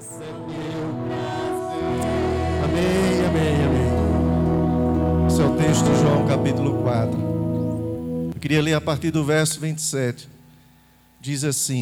Amém, amém, amém. Esse é o texto de João capítulo 4. Eu queria ler a partir do verso 27. Diz assim: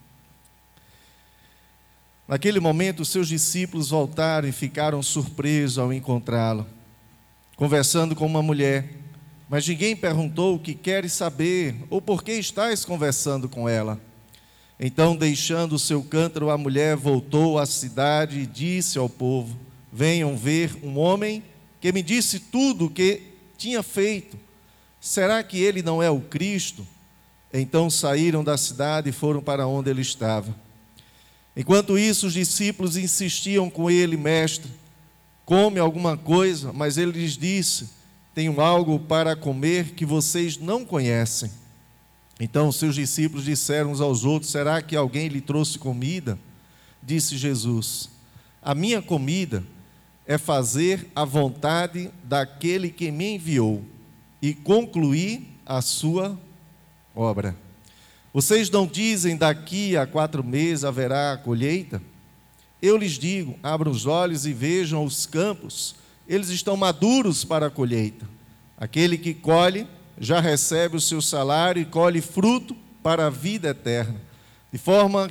naquele momento, os seus discípulos voltaram e ficaram surpresos ao encontrá-lo, conversando com uma mulher. Mas ninguém perguntou o que queres saber ou por que estás conversando com ela. Então, deixando o seu cântaro, a mulher voltou à cidade e disse ao povo: venham ver um homem que me disse tudo o que tinha feito. Será que ele não é o Cristo? Então saíram da cidade e foram para onde ele estava. Enquanto isso, os discípulos insistiam com ele: mestre, come alguma coisa. Mas ele lhes disse: tenho algo para comer que vocês não conhecem. Então seus discípulos disseram uns aos outros: será que alguém lhe trouxe comida? Disse Jesus: a minha comida é fazer a vontade daquele que me enviou e concluir a sua obra. Vocês não dizem: daqui a 4 meses haverá a colheita? Eu lhes digo: abram os olhos e vejam os campos, eles estão maduros para a colheita. Aquele que colhe já recebe o seu salário e colhe fruto para a vida eterna, de forma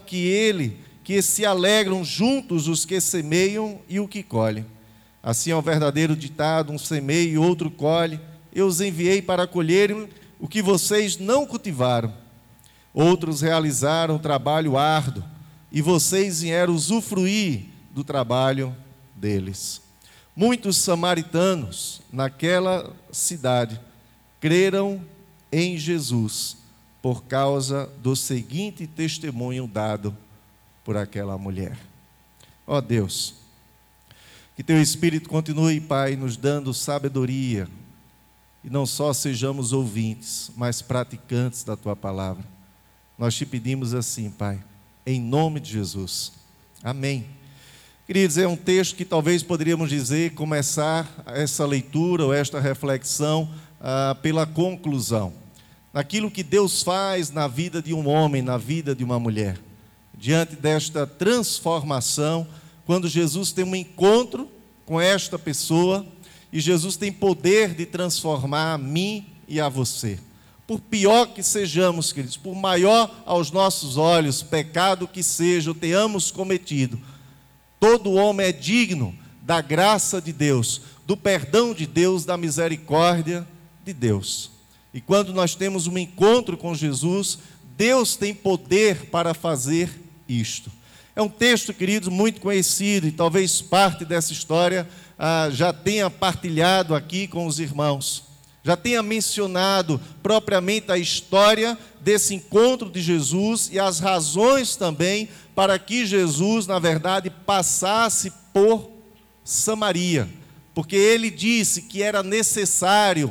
que se alegram juntos os que semeiam e o que colhem. Assim é o verdadeiro ditado: um semeia e outro colhe. Eu os enviei para colherem o que vocês não cultivaram. Outros realizaram um trabalho árduo e vocês vieram usufruir do trabalho deles. Muitos samaritanos naquela cidade creram em Jesus por causa do seguinte testemunho dado por aquela mulher. Ó Deus, que Teu Espírito continue, Pai, nos dando sabedoria, e não só sejamos ouvintes, mas praticantes da Tua palavra. Nós Te pedimos assim, Pai, em nome de Jesus. Amém. Queridos, é um texto que talvez poderíamos dizer, começar essa leitura ou esta reflexão pela conclusão. Naquilo que Deus faz na vida de um homem, na vida de uma mulher. Diante desta transformação, quando Jesus tem um encontro com esta pessoa, e Jesus tem poder de transformar a mim e a você. Por pior que sejamos, queridos, por maior aos nossos olhos pecado que seja, o tenhamos cometido, todo homem é digno da graça de Deus, do perdão de Deus, da misericórdia de Deus. E quando nós temos um encontro com Jesus, Deus tem poder para fazer isto. É um texto, queridos, muito conhecido, e talvez parte dessa história já tenha partilhado aqui com os irmãos, já tenha mencionado propriamente a história desse encontro de Jesus e as razões também para que Jesus, na verdade, passasse por Samaria, porque ele disse que era necessário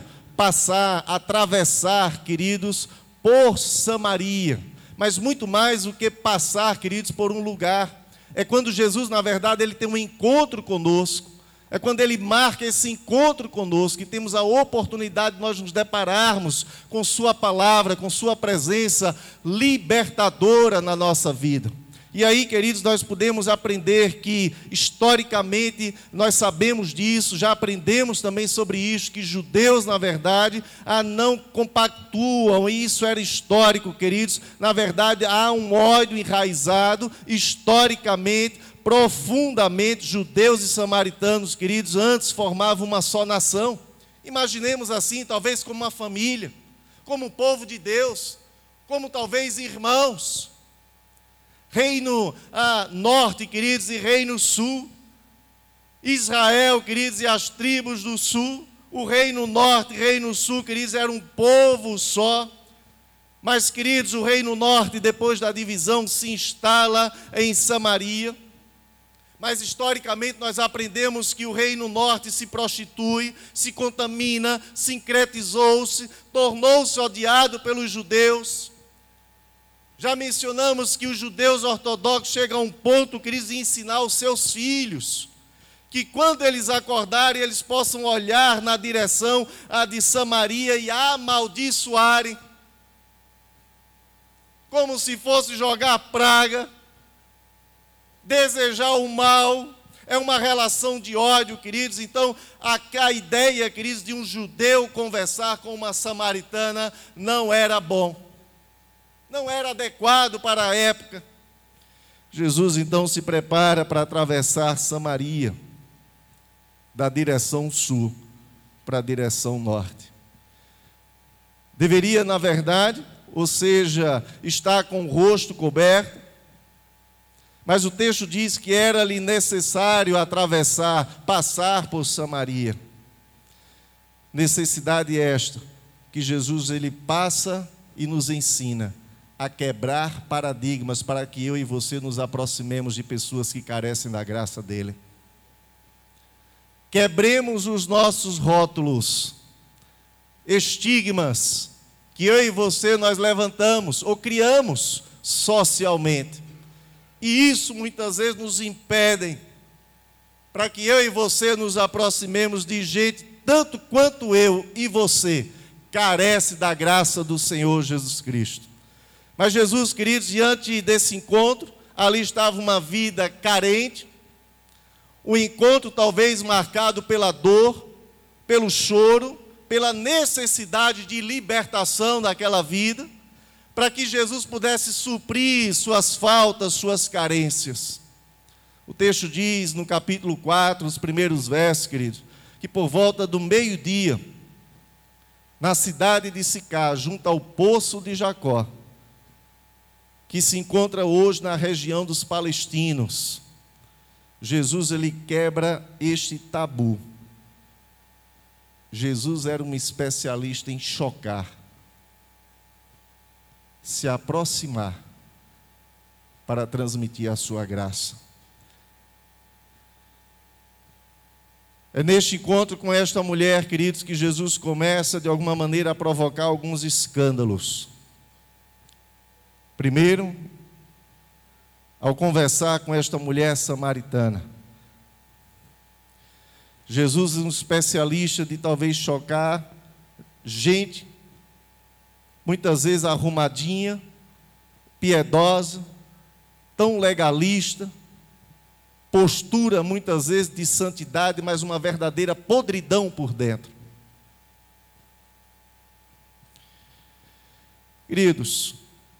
atravessar, queridos, por Samaria, mas muito mais do que passar, queridos, por um lugar. É quando Jesus, na verdade, ele tem um encontro conosco, é quando ele marca esse encontro conosco, que temos a oportunidade de nós nos depararmos com sua palavra, com sua presença libertadora na nossa vida. E aí, queridos, nós podemos aprender que, historicamente, nós sabemos disso, já aprendemos também sobre isso, que judeus, na verdade, não compactuam, e isso era histórico, queridos. Na verdade, há um ódio enraizado, historicamente, profundamente. Judeus e samaritanos, queridos, antes formavam uma só nação. Imaginemos assim, talvez como uma família, como um povo de Deus, como talvez irmãos. Reino norte, queridos, e reino sul. Israel, queridos, e as tribos do sul. O reino norte e reino sul, queridos, era um povo só. Mas, queridos, o reino norte, depois da divisão, se instala em Samaria. Mas, historicamente, nós aprendemos que o reino norte se prostitui, se contamina, sincretizou-se, tornou-se odiado pelos judeus. Já mencionamos que os judeus ortodoxos chegam a um ponto, queridos, de ensinar aos seus filhos que quando eles acordarem, eles possam olhar na direção de Samaria e amaldiçoarem, como se fosse jogar praga desejar o mal, é uma relação de ódio, queridos. Então, a ideia, queridos, de um judeu conversar com uma samaritana não era bom, não era adequado para a época. Jesus, então, se prepara para atravessar Samaria, da direção sul para a direção norte. Deveria, na verdade, ou seja, estar com o rosto coberto, mas o texto diz que era-lhe necessário atravessar, passar por Samaria. Necessidade esta, que Jesus ele passa e nos ensina a quebrar paradigmas para que eu e você nos aproximemos de pessoas que carecem da graça dele. Quebremos os nossos rótulos, estigmas que eu e você nós levantamos ou criamos socialmente. E isso muitas vezes nos impedem para que eu e você nos aproximemos de gente, tanto quanto eu e você, carece da graça do Senhor Jesus Cristo. Mas Jesus, queridos, diante desse encontro, ali estava uma vida carente, um encontro talvez marcado pela dor, pelo choro, pela necessidade de libertação daquela vida, para que Jesus pudesse suprir suas faltas, suas carências. O texto diz, no capítulo 4, os primeiros versos, queridos, que por volta do meio-dia, na cidade de Sicá, junto ao poço de Jacó, que se encontra hoje na região dos palestinos, Jesus ele quebra este tabu. Jesus era um especialista em chocar, se aproximar para transmitir a sua graça. É neste encontro com esta mulher, queridos, que Jesus começa de alguma maneira a provocar alguns escândalos. Primeiro, ao conversar com esta mulher samaritana, Jesus é um especialista de talvez chocar gente, muitas vezes arrumadinha, piedosa, tão legalista, postura muitas vezes de santidade, mas uma verdadeira podridão por dentro. Queridos,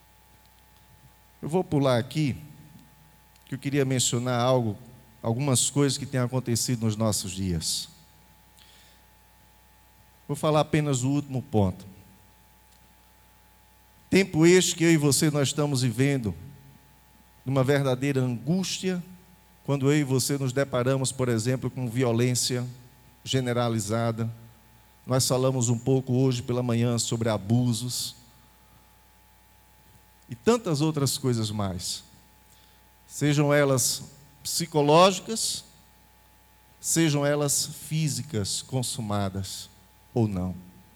eu vou pular aqui, que eu queria mencionar algumas coisas que têm acontecido nos nossos dias. Vou falar apenas o último ponto. Tempo este que eu e você nós estamos vivendo, numa verdadeira angústia, quando eu e você nos deparamos, por exemplo, com violência generalizada. Nós falamos um pouco hoje pela manhã sobre abusos e tantas outras coisas mais. Sejam elas psicológicas, sejam elas físicas, consumadas ou não.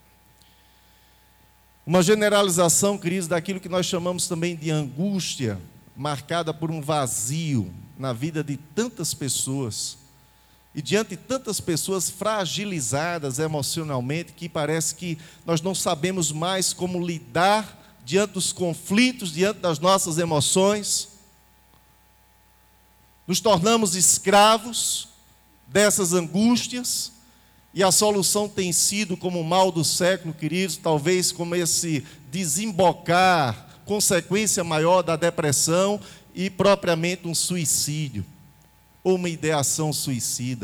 Uma generalização, queridos, daquilo que nós chamamos também de angústia, marcada por um vazio na vida de tantas pessoas, e diante de tantas pessoas fragilizadas emocionalmente, que parece que nós não sabemos mais como lidar diante dos conflitos, diante das nossas emoções. Nos tornamos escravos dessas angústias, e a solução tem sido, como o mal do século, queridos, talvez como esse desembocar, consequência maior da depressão e propriamente um suicídio, ou uma ideação suicida.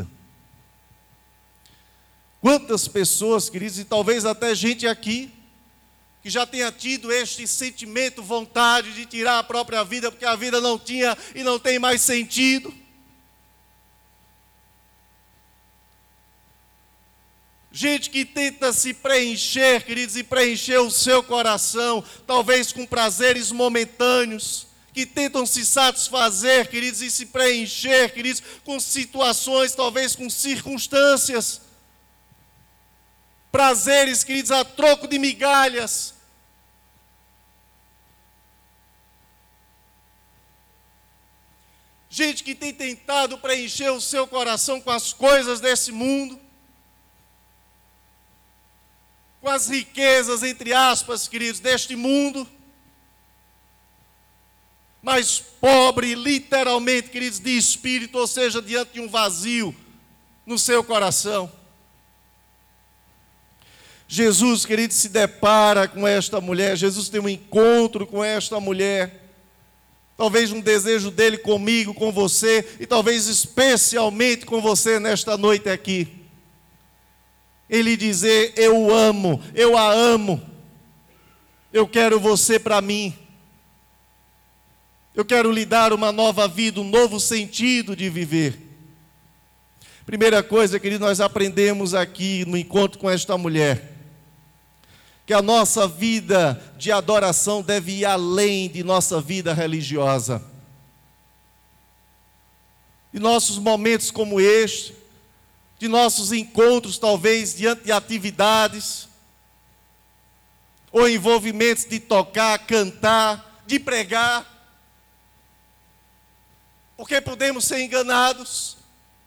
Quantas pessoas, queridos, e talvez até gente aqui, que já tenha tido este sentimento, vontade de tirar a própria vida, porque a vida não tinha e não tem mais sentido. Gente que tenta se preencher, queridos, e preencher o seu coração, talvez com prazeres momentâneos, que tentam se satisfazer, queridos, e se preencher, queridos, com situações, talvez com circunstâncias. Prazeres, queridos, a troco de migalhas. Gente que tem tentado preencher o seu coração com as coisas desse mundo, com as riquezas, entre aspas, queridos, deste mundo. mas pobre, literalmente, queridos, de espírito, ou seja, diante de um vazio no seu coração. Jesus, queridos, se depara com esta mulher, Jesus tem um encontro com esta mulher, talvez um desejo dele comigo, com você, e talvez especialmente com você nesta noite aqui. Ele dizer: eu amo, eu a amo, eu quero você para mim, eu quero lhe dar uma nova vida, um novo sentido de viver. Primeira coisa, querido, nós aprendemos aqui no encontro com esta mulher, que a nossa vida de adoração deve ir além de nossa vida religiosa. De nossos momentos como este, de nossos encontros talvez diante de atividades, ou envolvimentos de tocar, cantar, de pregar, porque podemos ser enganados.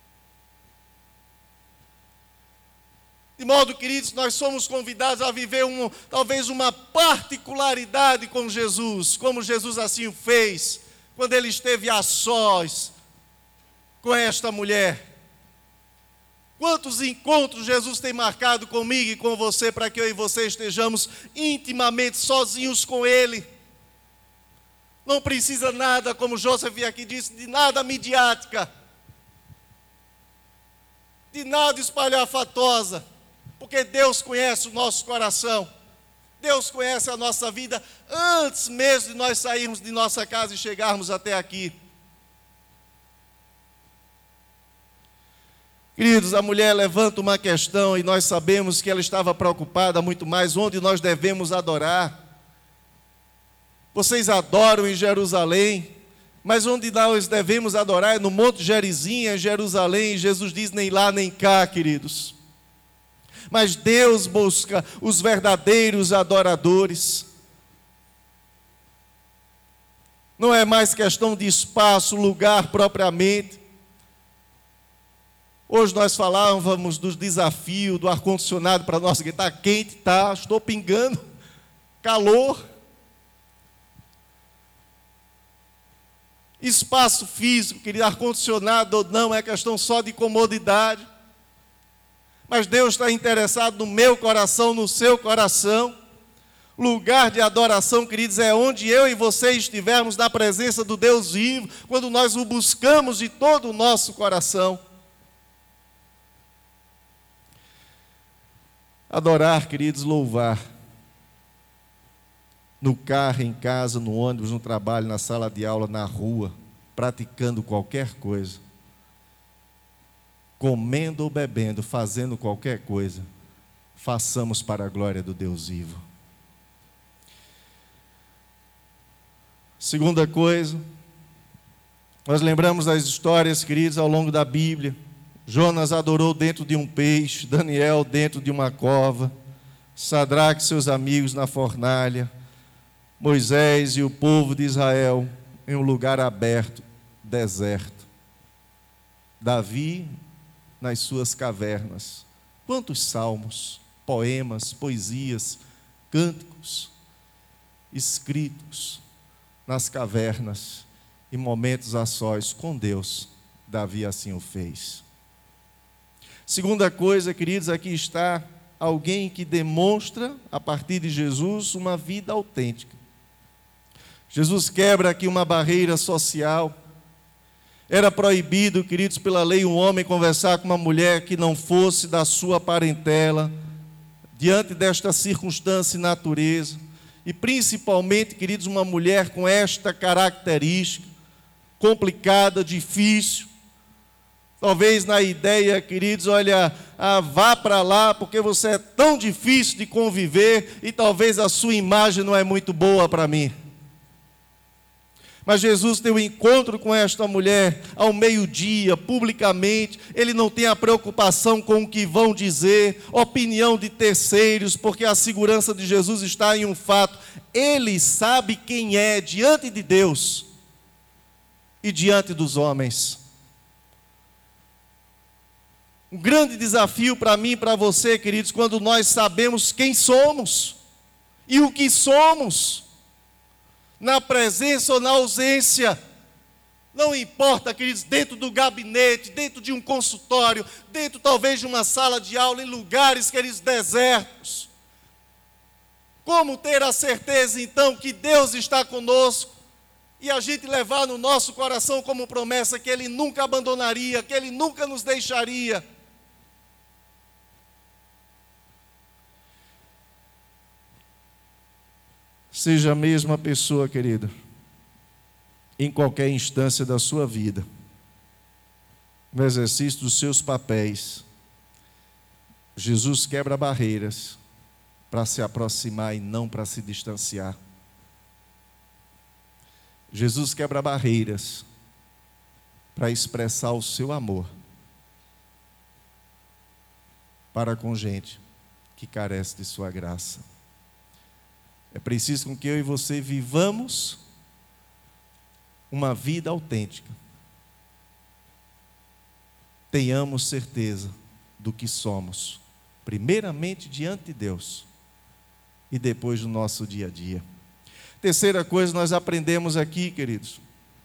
De modo, queridos, nós somos convidados a viver talvez uma particularidade com Jesus, como Jesus assim o fez, quando ele esteve a sós com esta mulher. Quantos encontros Jesus tem marcado comigo e com você, para que eu e você estejamos intimamente sozinhos com Ele. Não precisa nada, como Joseph aqui disse, de nada midiática, de nada espalhafatosa, porque Deus conhece o nosso coração, Deus conhece a nossa vida antes mesmo de nós sairmos de nossa casa e chegarmos até aqui. Queridos, a mulher levanta uma questão e nós sabemos que ela estava preocupada muito mais onde nós devemos adorar. Vocês adoram em Jerusalém, mas onde nós devemos adorar é no Monte Gerizim, em Jerusalém. Jesus diz: nem lá nem cá, queridos. Mas Deus busca os verdadeiros adoradores. Não é mais questão de espaço, lugar propriamente. Hoje nós falávamos dos desafios do ar-condicionado para nós, que está quente, tá, estou pingando, calor. Espaço físico, querido, ar-condicionado ou não, é questão só de comodidade. Mas Deus está interessado no meu coração, no seu coração. Lugar de adoração, queridos, é onde eu e você estivermos na presença do Deus vivo, quando nós o buscamos de todo o nosso coração. Adorar, queridos, louvar. No carro, em casa, no ônibus, no trabalho, na sala de aula, na rua, praticando qualquer coisa. Comendo ou bebendo, fazendo qualquer coisa, façamos para a glória do Deus vivo. Segunda coisa, nós lembramos das histórias, queridos, ao longo da Bíblia. Jonas adorou dentro de um peixe, Daniel dentro de uma cova, Sadraque e seus amigos na fornalha, Moisés e o povo de Israel em um lugar aberto, deserto. Davi nas suas cavernas. Quantos salmos, poemas, poesias, cânticos escritos nas cavernas, em momentos a sós com Deus. Davi assim o fez. Segunda coisa, queridos, aqui está alguém que demonstra, a partir de Jesus, uma vida autêntica. Jesus quebra aqui uma barreira social. Era proibido, queridos, pela lei, um homem conversar com uma mulher que não fosse da sua parentela, diante desta circunstância e natureza. E principalmente, queridos, uma mulher com esta característica, complicada, difícil. Talvez na ideia, queridos, olha, vá para lá porque você é tão difícil de conviver e talvez a sua imagem não é muito boa para mim. Mas Jesus tem um encontro com esta mulher ao meio-dia, publicamente. Ele não tem a preocupação com o que vão dizer, opinião de terceiros, porque a segurança de Jesus está em um fato: Ele sabe quem é diante de Deus e diante dos homens. Um grande desafio para mim e para você, queridos, quando nós sabemos quem somos e o que somos. na presença ou na ausência. Não importa, queridos, dentro do gabinete, dentro de um consultório, dentro talvez de uma sala de aula, em lugares, queridos, desertos. Como ter a certeza, então, que Deus está conosco e a gente levar no nosso coração como promessa que Ele nunca abandonaria, que Ele nunca nos deixaria. Seja a mesma pessoa, querido, em qualquer instância da sua vida, no exercício dos seus papéis. Jesus quebra barreiras para se aproximar e não para se distanciar. Jesus quebra barreiras para expressar o seu amor para com gente que carece de sua graça. É preciso com que eu e você vivamos uma vida autêntica. Tenhamos certeza do que somos, primeiramente diante de Deus e depois no nosso dia a dia. Terceira coisa, nós aprendemos aqui, queridos.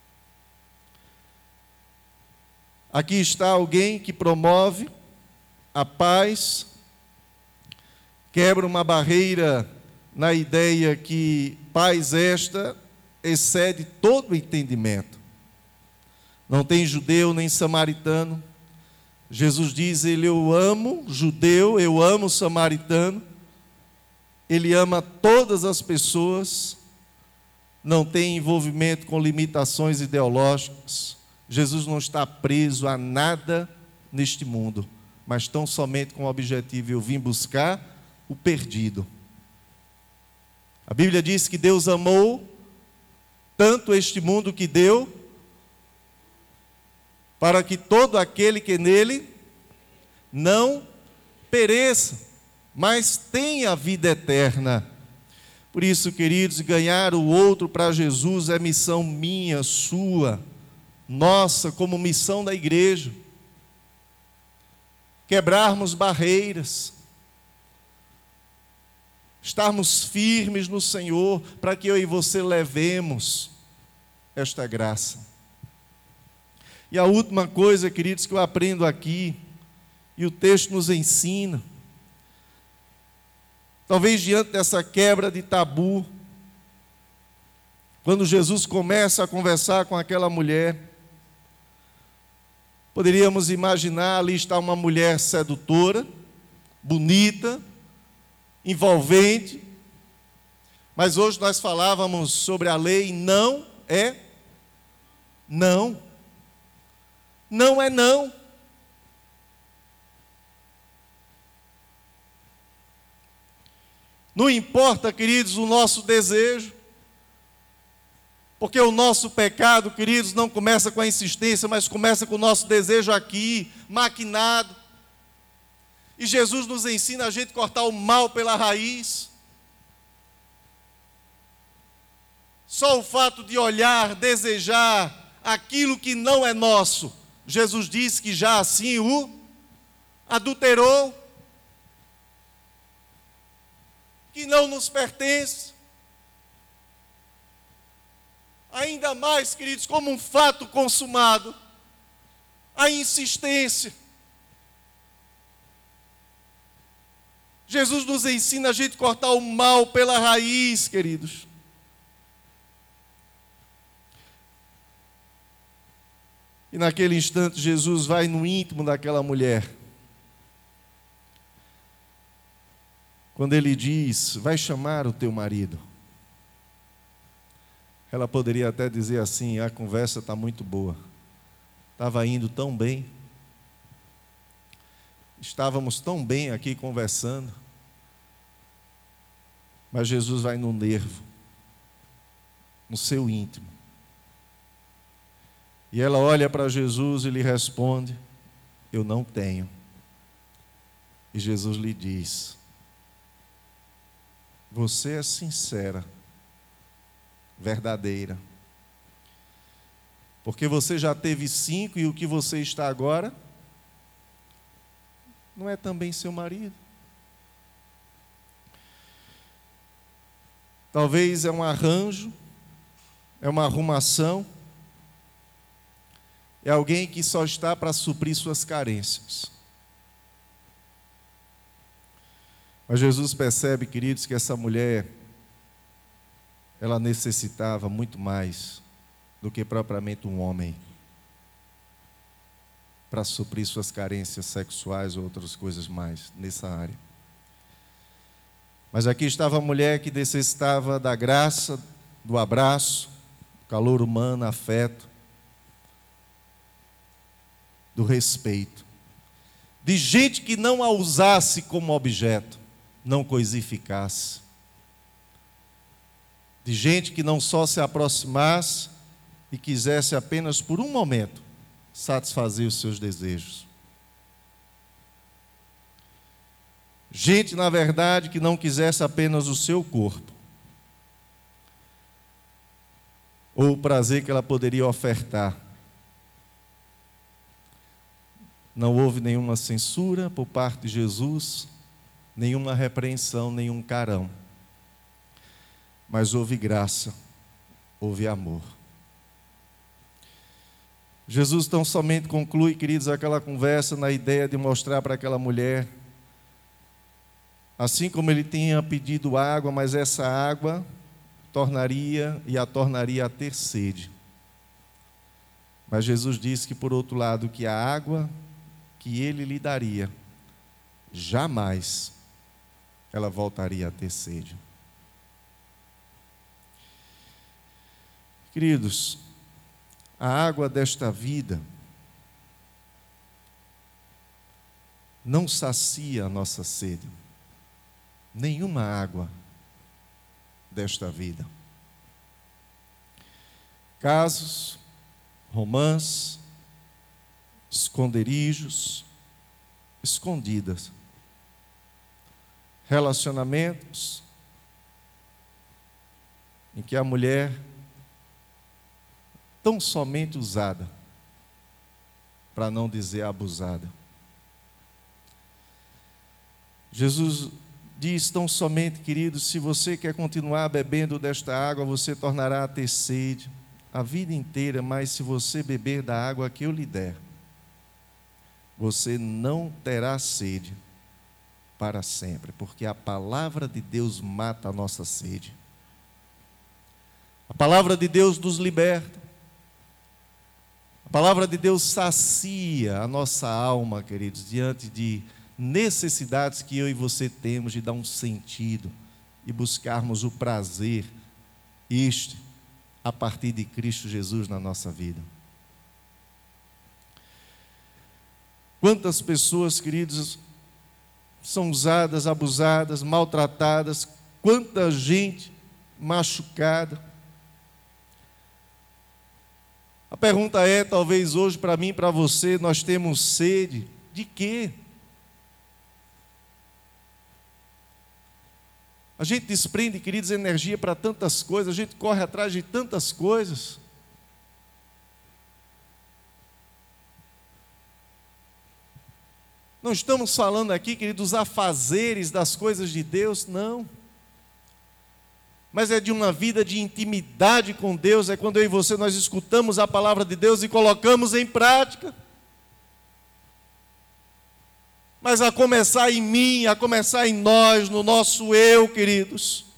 Aqui está alguém que promove a paz, quebra uma barreira na ideia que paz esta excede todo o entendimento. Não tem judeu nem samaritano. Jesus diz, eu amo judeu, eu amo samaritano. Ele ama todas as pessoas, não tem envolvimento com limitações ideológicas. Jesus não está preso a nada neste mundo, mas tão somente com o objetivo, eu vim buscar o perdido. A Bíblia diz que Deus amou tanto este mundo que deu, para que todo aquele que nele não pereça, mas tenha a vida eterna. Por isso, queridos, ganhar o outro para Jesus é missão minha, sua, nossa, como missão da igreja. Quebrarmos barreiras, estarmos firmes no Senhor, para que eu e você levemos esta graça. E a última coisa, queridos, que eu aprendo aqui, e o texto nos ensina, talvez diante dessa quebra de tabu, quando Jesus começa a conversar com aquela mulher, poderíamos imaginar, ali está uma mulher sedutora, bonita, envolvente, mas hoje nós falávamos sobre a lei, não é não. Não é não. Não importa, queridos, o nosso desejo, porque o nosso pecado, queridos, não começa com a insistência, mas começa com o nosso desejo aqui, maquinado. E Jesus nos ensina a gente cortar o mal pela raiz. Só o fato de olhar, desejar aquilo que não é nosso, Jesus disse que já assim o adulterou, que não nos pertence. Ainda mais, queridos, como um fato consumado, a insistência. Jesus nos ensina a gente cortar o mal pela raiz, queridos. E naquele instante Jesus vai no íntimo daquela mulher. Quando ele diz, vai chamar o teu marido. Ela poderia até dizer assim, a conversa está muito boa. Estava indo tão bem. Estávamos tão bem aqui conversando. Mas Jesus vai no nervo, no seu íntimo. E ela olha para Jesus e lhe responde, eu não tenho. E Jesus lhe diz, você é sincera, verdadeira. Porque você já teve 5 e o que você está agora não é também seu marido. Talvez é um arranjo é uma arrumação, é alguém que só está para suprir suas carências. Mas Jesus percebe, queridos, que essa mulher, ela necessitava muito mais do que propriamente um homem para suprir suas carências sexuais ou outras coisas mais nessa área. Mas aqui estava a mulher que necessitava da graça, do abraço, do calor humano, afeto, do respeito, de gente que não a usasse como objeto, não coisificasse, de gente que não só se aproximasse e quisesse apenas por um momento satisfazer os seus desejos. Gente, na verdade, que não quisesse apenas o seu corpo, ou o prazer que ela poderia ofertar. Não houve nenhuma censura por parte de Jesus, nenhuma repreensão, nenhum carão. Mas houve graça, houve amor. Jesus tão somente conclui, queridos, aquela conversa na ideia de mostrar para aquela mulher, assim como ele tinha pedido água, mas essa água a tornaria a ter sede. Mas Jesus disse que, por outro lado, que a água que ele lhe daria, jamais ela voltaria a ter sede. Queridos, a água desta vida não sacia a nossa sede. Nenhuma água desta vida. Casos, romances, esconderijos, escondidas, relacionamentos em que a mulher tão somente usada, para não dizer abusada. Jesus diz tão somente, queridos, se você quer continuar bebendo desta água, você tornará a ter sede a vida inteira, mas se você beber da água que eu lhe der, você não terá sede para sempre, porque a palavra de Deus mata a nossa sede. A palavra de Deus nos liberta. A palavra de Deus sacia a nossa alma, queridos, diante de necessidades que eu e você temos de dar um sentido e buscarmos o prazer, a partir de Cristo Jesus na nossa vida. Quantas pessoas, queridos, são usadas, abusadas, maltratadas, quanta gente machucada. A pergunta é, talvez hoje para mim e para você, nós temos sede de quê? A gente desprende, queridos, energia para tantas coisas, a gente corre atrás de tantas coisas. Não estamos falando aqui, queridos, dos afazeres das coisas de Deus, não. Mas é de uma vida de intimidade com Deus, é quando eu e você nós escutamos a palavra de Deus e colocamos em prática. Mas a começar em mim, a começar em nós, no nosso eu, queridos.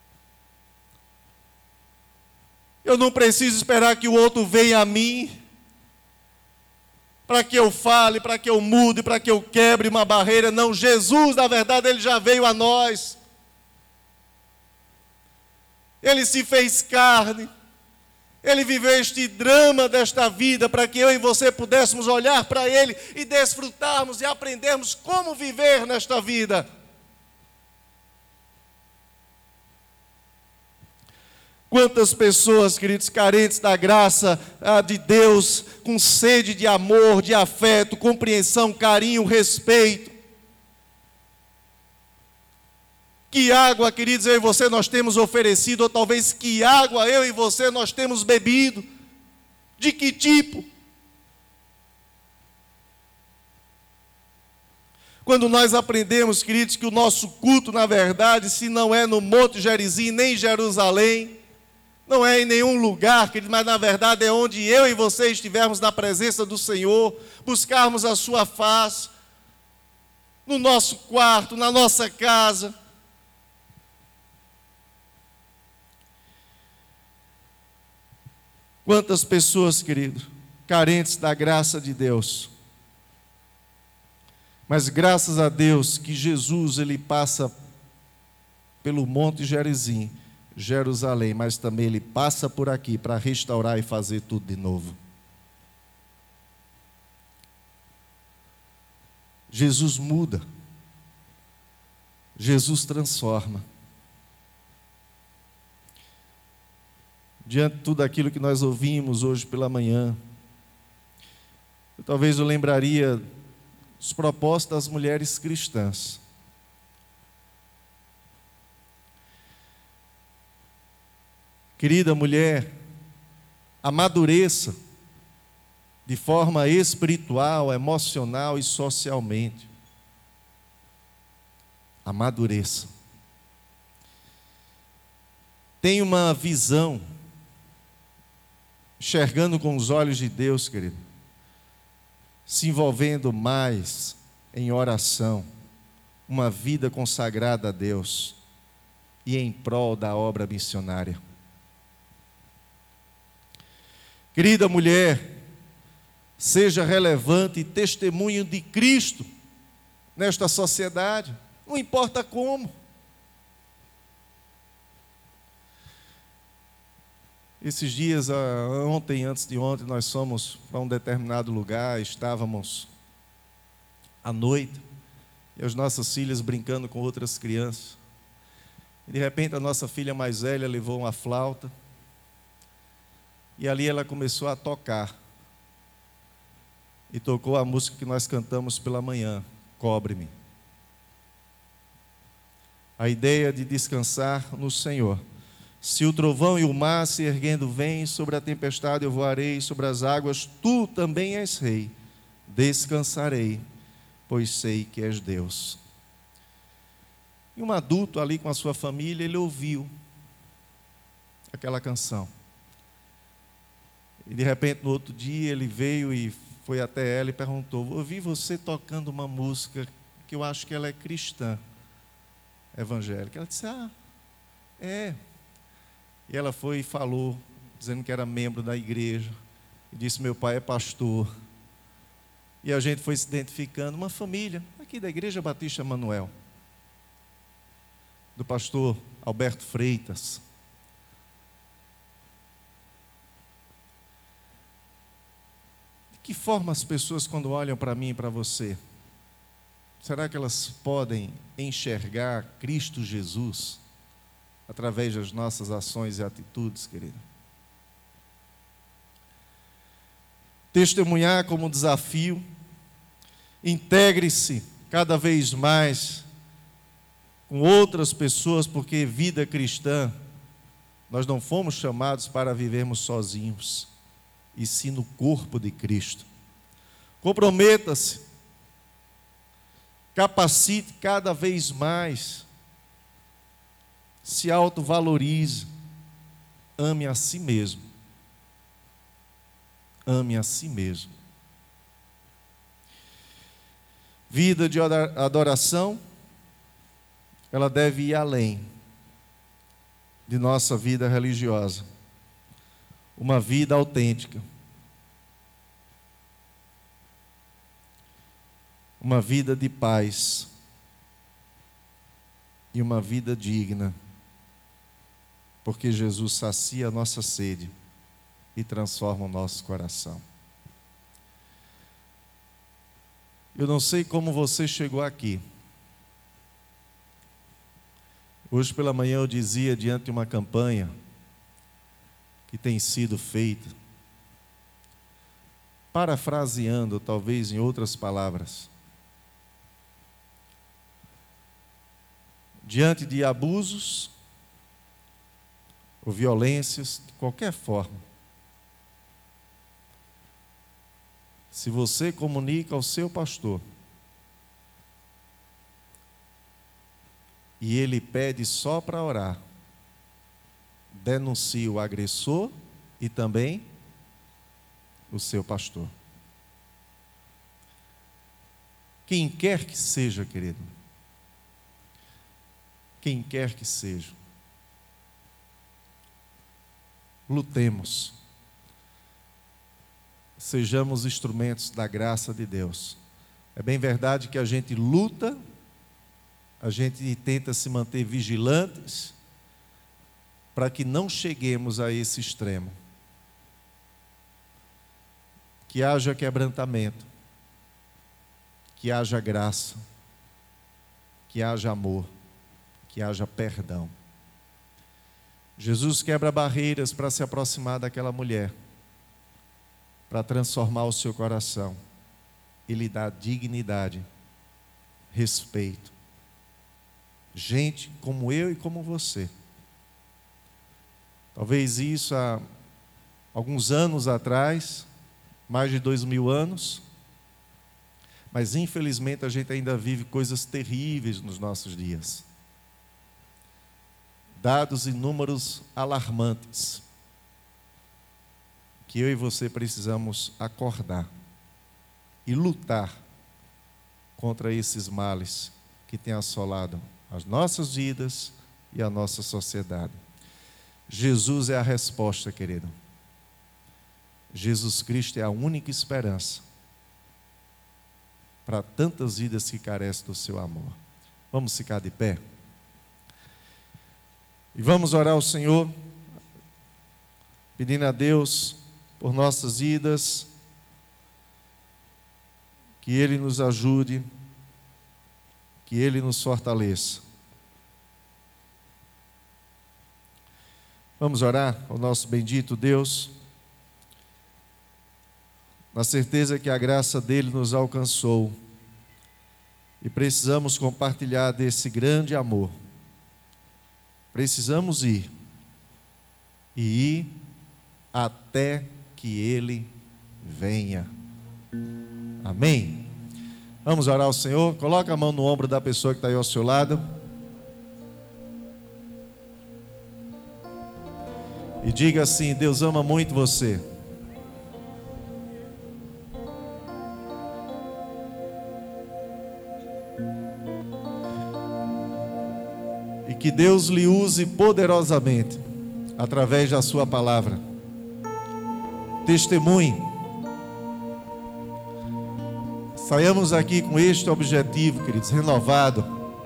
Eu não preciso esperar que o outro venha a mim, para que eu fale, para que eu mude, para que eu quebre uma barreira. Não, Jesus, na verdade, Ele já veio a nós. Ele se fez carne. Ele viveu este drama desta vida para que eu e você pudéssemos olhar para Ele e desfrutarmos e aprendermos como viver nesta vida. Quantas pessoas, queridos, carentes da graça de Deus, com sede de amor, de afeto, compreensão, carinho, respeito. Que água, queridos, eu e você nós temos oferecido, ou talvez que água eu e você nós temos bebido? De que tipo? Quando nós aprendemos, queridos, que o nosso culto, na verdade, se não é no Monte Gerizim, nem em Jerusalém, não é em nenhum lugar, querido, mas na verdade é onde eu e você estivermos na presença do Senhor, buscarmos a sua face, no nosso quarto, na nossa casa. Quantas pessoas, querido, carentes da graça de Deus. Mas graças a Deus que Jesus, ele passa pelo Monte Gerizim, Jerusalém, mas também ele passa por aqui para restaurar e fazer tudo de novo. Jesus muda. Jesus transforma. Diante de tudo aquilo que nós ouvimos hoje pela manhã, talvez eu lembraria dos propósitos das mulheres cristãs. Querida mulher, amadureça de forma espiritual, emocional e socialmente. Amadureça. Tenha uma visão, enxergando com os olhos de Deus, querido, se envolvendo mais em oração, uma vida consagrada a Deus e em prol da obra missionária. Querida mulher, seja relevante e testemunho de Cristo nesta sociedade, não importa como. Esses dias, ontem, antes de ontem, nós fomos para um determinado lugar, estávamos à noite, e as nossas filhas brincando com outras crianças. E de repente a nossa filha mais velha levou uma flauta, e ali ela começou a tocar. E tocou a música que nós cantamos pela manhã, Cobre-me. A ideia de descansar no Senhor. Se o trovão e o mar se erguendo vêm, sobre a tempestade eu voarei, sobre as águas tu também és rei. Descansarei, pois sei que és Deus. E um adulto ali com a sua família, ele ouviu aquela canção. E de repente no outro dia ele veio e foi até ela e perguntou: ouvi você tocando uma música que eu acho que ela é cristã, evangélica. Ela disse: é. E ela foi e falou, dizendo que era membro da igreja, e disse: meu pai é pastor. E a gente foi se identificando, uma família aqui da Igreja Batista Manuel, do pastor Alberto Freitas. De que forma as pessoas, quando olham para mim e para você, será que elas podem enxergar Cristo Jesus através das nossas ações e atitudes, querido? Testemunhar como desafio, integre-se cada vez mais com outras pessoas, porque vida cristã, nós não fomos chamados para vivermos sozinhos, e sim no corpo de Cristo. Comprometa-se, capacite cada vez mais, se autovalorize, ame a si mesmo. Ame a si mesmo. Vida de adoração, ela deve ir além de nossa vida religiosa. Uma vida autêntica. Uma vida de paz. E uma vida digna. Porque Jesus sacia a nossa sede e transforma o nosso coração. Eu não sei como você chegou aqui. Hoje pela manhã eu dizia, diante de uma campanha que tem sido feita, parafraseando talvez em outras palavras, diante de abusos ou violências de qualquer forma, se você comunica ao seu pastor e ele pede só para orar, denuncie o agressor e também o seu pastor. Quem quer que seja, querido, quem quer que seja, lutemos, sejamos instrumentos da graça de Deus. É bem verdade que a gente luta, a gente tenta se manter vigilantes, para que não cheguemos a esse extremo. Que haja quebrantamento, que haja graça, que haja amor, que haja perdão. Jesus quebra barreiras para se aproximar daquela mulher, para transformar o seu coração e lhe dar dignidade, respeito. Gente como eu e como você. Talvez isso há alguns anos atrás, mais de 2000 anos, mas infelizmente a gente ainda vive coisas terríveis nos nossos dias. Dados e números alarmantes, que eu e você precisamos acordar e lutar contra esses males que têm assolado as nossas vidas e a nossa sociedade. Jesus é a resposta, querido. Jesus Cristo é a única esperança para tantas vidas que carecem do seu amor. Vamos ficar de pé? E vamos orar ao Senhor, pedindo a Deus por nossas vidas, que Ele nos ajude, que Ele nos fortaleça. Vamos orar ao nosso bendito Deus, na certeza que a graça dele nos alcançou e precisamos compartilhar desse grande amor. Precisamos ir até que ele venha. Amém? Vamos orar ao Senhor. Coloca a mão no ombro da pessoa que está aí ao seu lado. E diga assim: Deus ama muito você. E que Deus lhe use poderosamente, através da sua palavra. Testemunhe. Saiamos aqui com este objetivo, queridos, renovado.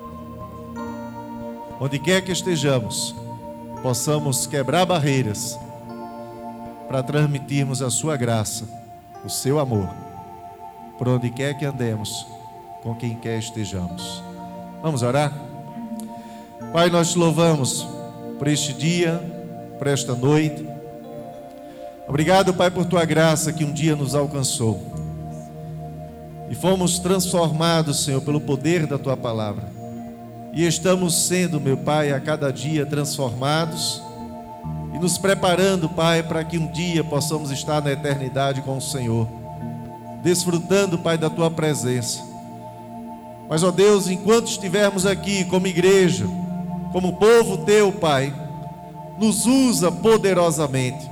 Onde quer que estejamos, possamos quebrar barreiras para transmitirmos a sua graça, o seu amor, por onde quer que andemos, com quem quer estejamos. Vamos orar? Pai, nós te louvamos por este dia, por esta noite. Obrigado, Pai, por tua graça que um dia nos alcançou. E fomos transformados, Senhor, pelo poder da tua palavra. E estamos sendo, meu Pai, a cada dia transformados e nos preparando, Pai, para que um dia possamos estar na eternidade com o Senhor, desfrutando, Pai, da tua presença. Mas, ó Deus, enquanto estivermos aqui como igreja, como povo teu, Pai, nos usa poderosamente.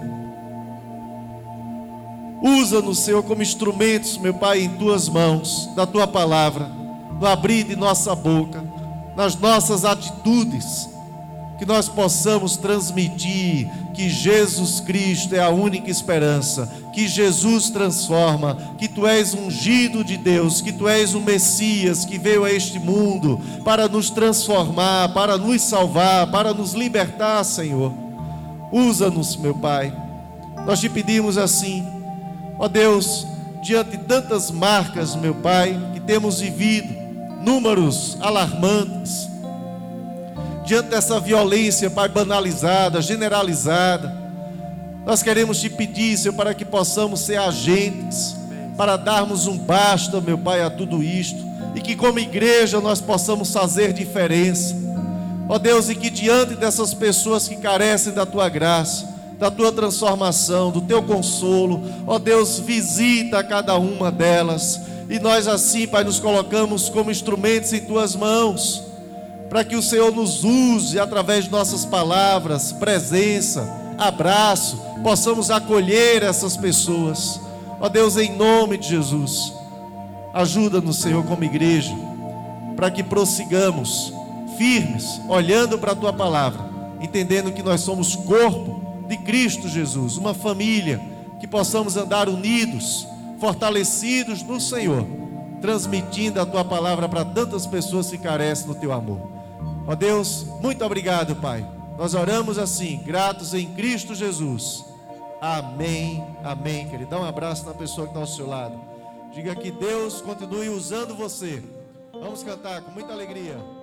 Usa-nos, Senhor, como instrumentos, meu Pai, em tuas mãos, da tua palavra, no abrir de nossa boca, nas nossas atitudes, que nós possamos transmitir que Jesus Cristo é a única esperança, que Jesus transforma, que tu és ungido de Deus, que tu és o Messias que veio a este mundo para nos transformar, para nos salvar, para nos libertar, Senhor. Usa-nos, meu Pai. Nós te pedimos assim, ó Deus, diante de tantas marcas, meu Pai, que temos vivido, números alarmantes, diante dessa violência, Pai, banalizada, generalizada, nós queremos te pedir, Senhor, para que possamos ser agentes, para darmos um basta, meu Pai, a tudo isto, e que como igreja nós possamos fazer diferença, ó Deus, e que diante dessas pessoas que carecem da tua graça, da tua transformação, do teu consolo, ó Deus, visita cada uma delas, e nós assim, Pai, nos colocamos como instrumentos em tuas mãos, para que o Senhor nos use através de nossas palavras, presença, abraço, possamos acolher essas pessoas. Ó Deus, em nome de Jesus, ajuda-nos, Senhor, como igreja, para que prossigamos firmes, olhando para a Tua palavra, entendendo que nós somos corpo de Cristo Jesus, uma família, que possamos andar unidos, fortalecidos no Senhor, transmitindo a Tua palavra para tantas pessoas que carecem do Teu amor. Ó Deus, muito obrigado, Pai. Nós oramos assim, gratos em Cristo Jesus. Amém, amém, querido. Dá um abraço na pessoa que está ao seu lado. Diga que Deus continue usando você. Vamos cantar com muita alegria.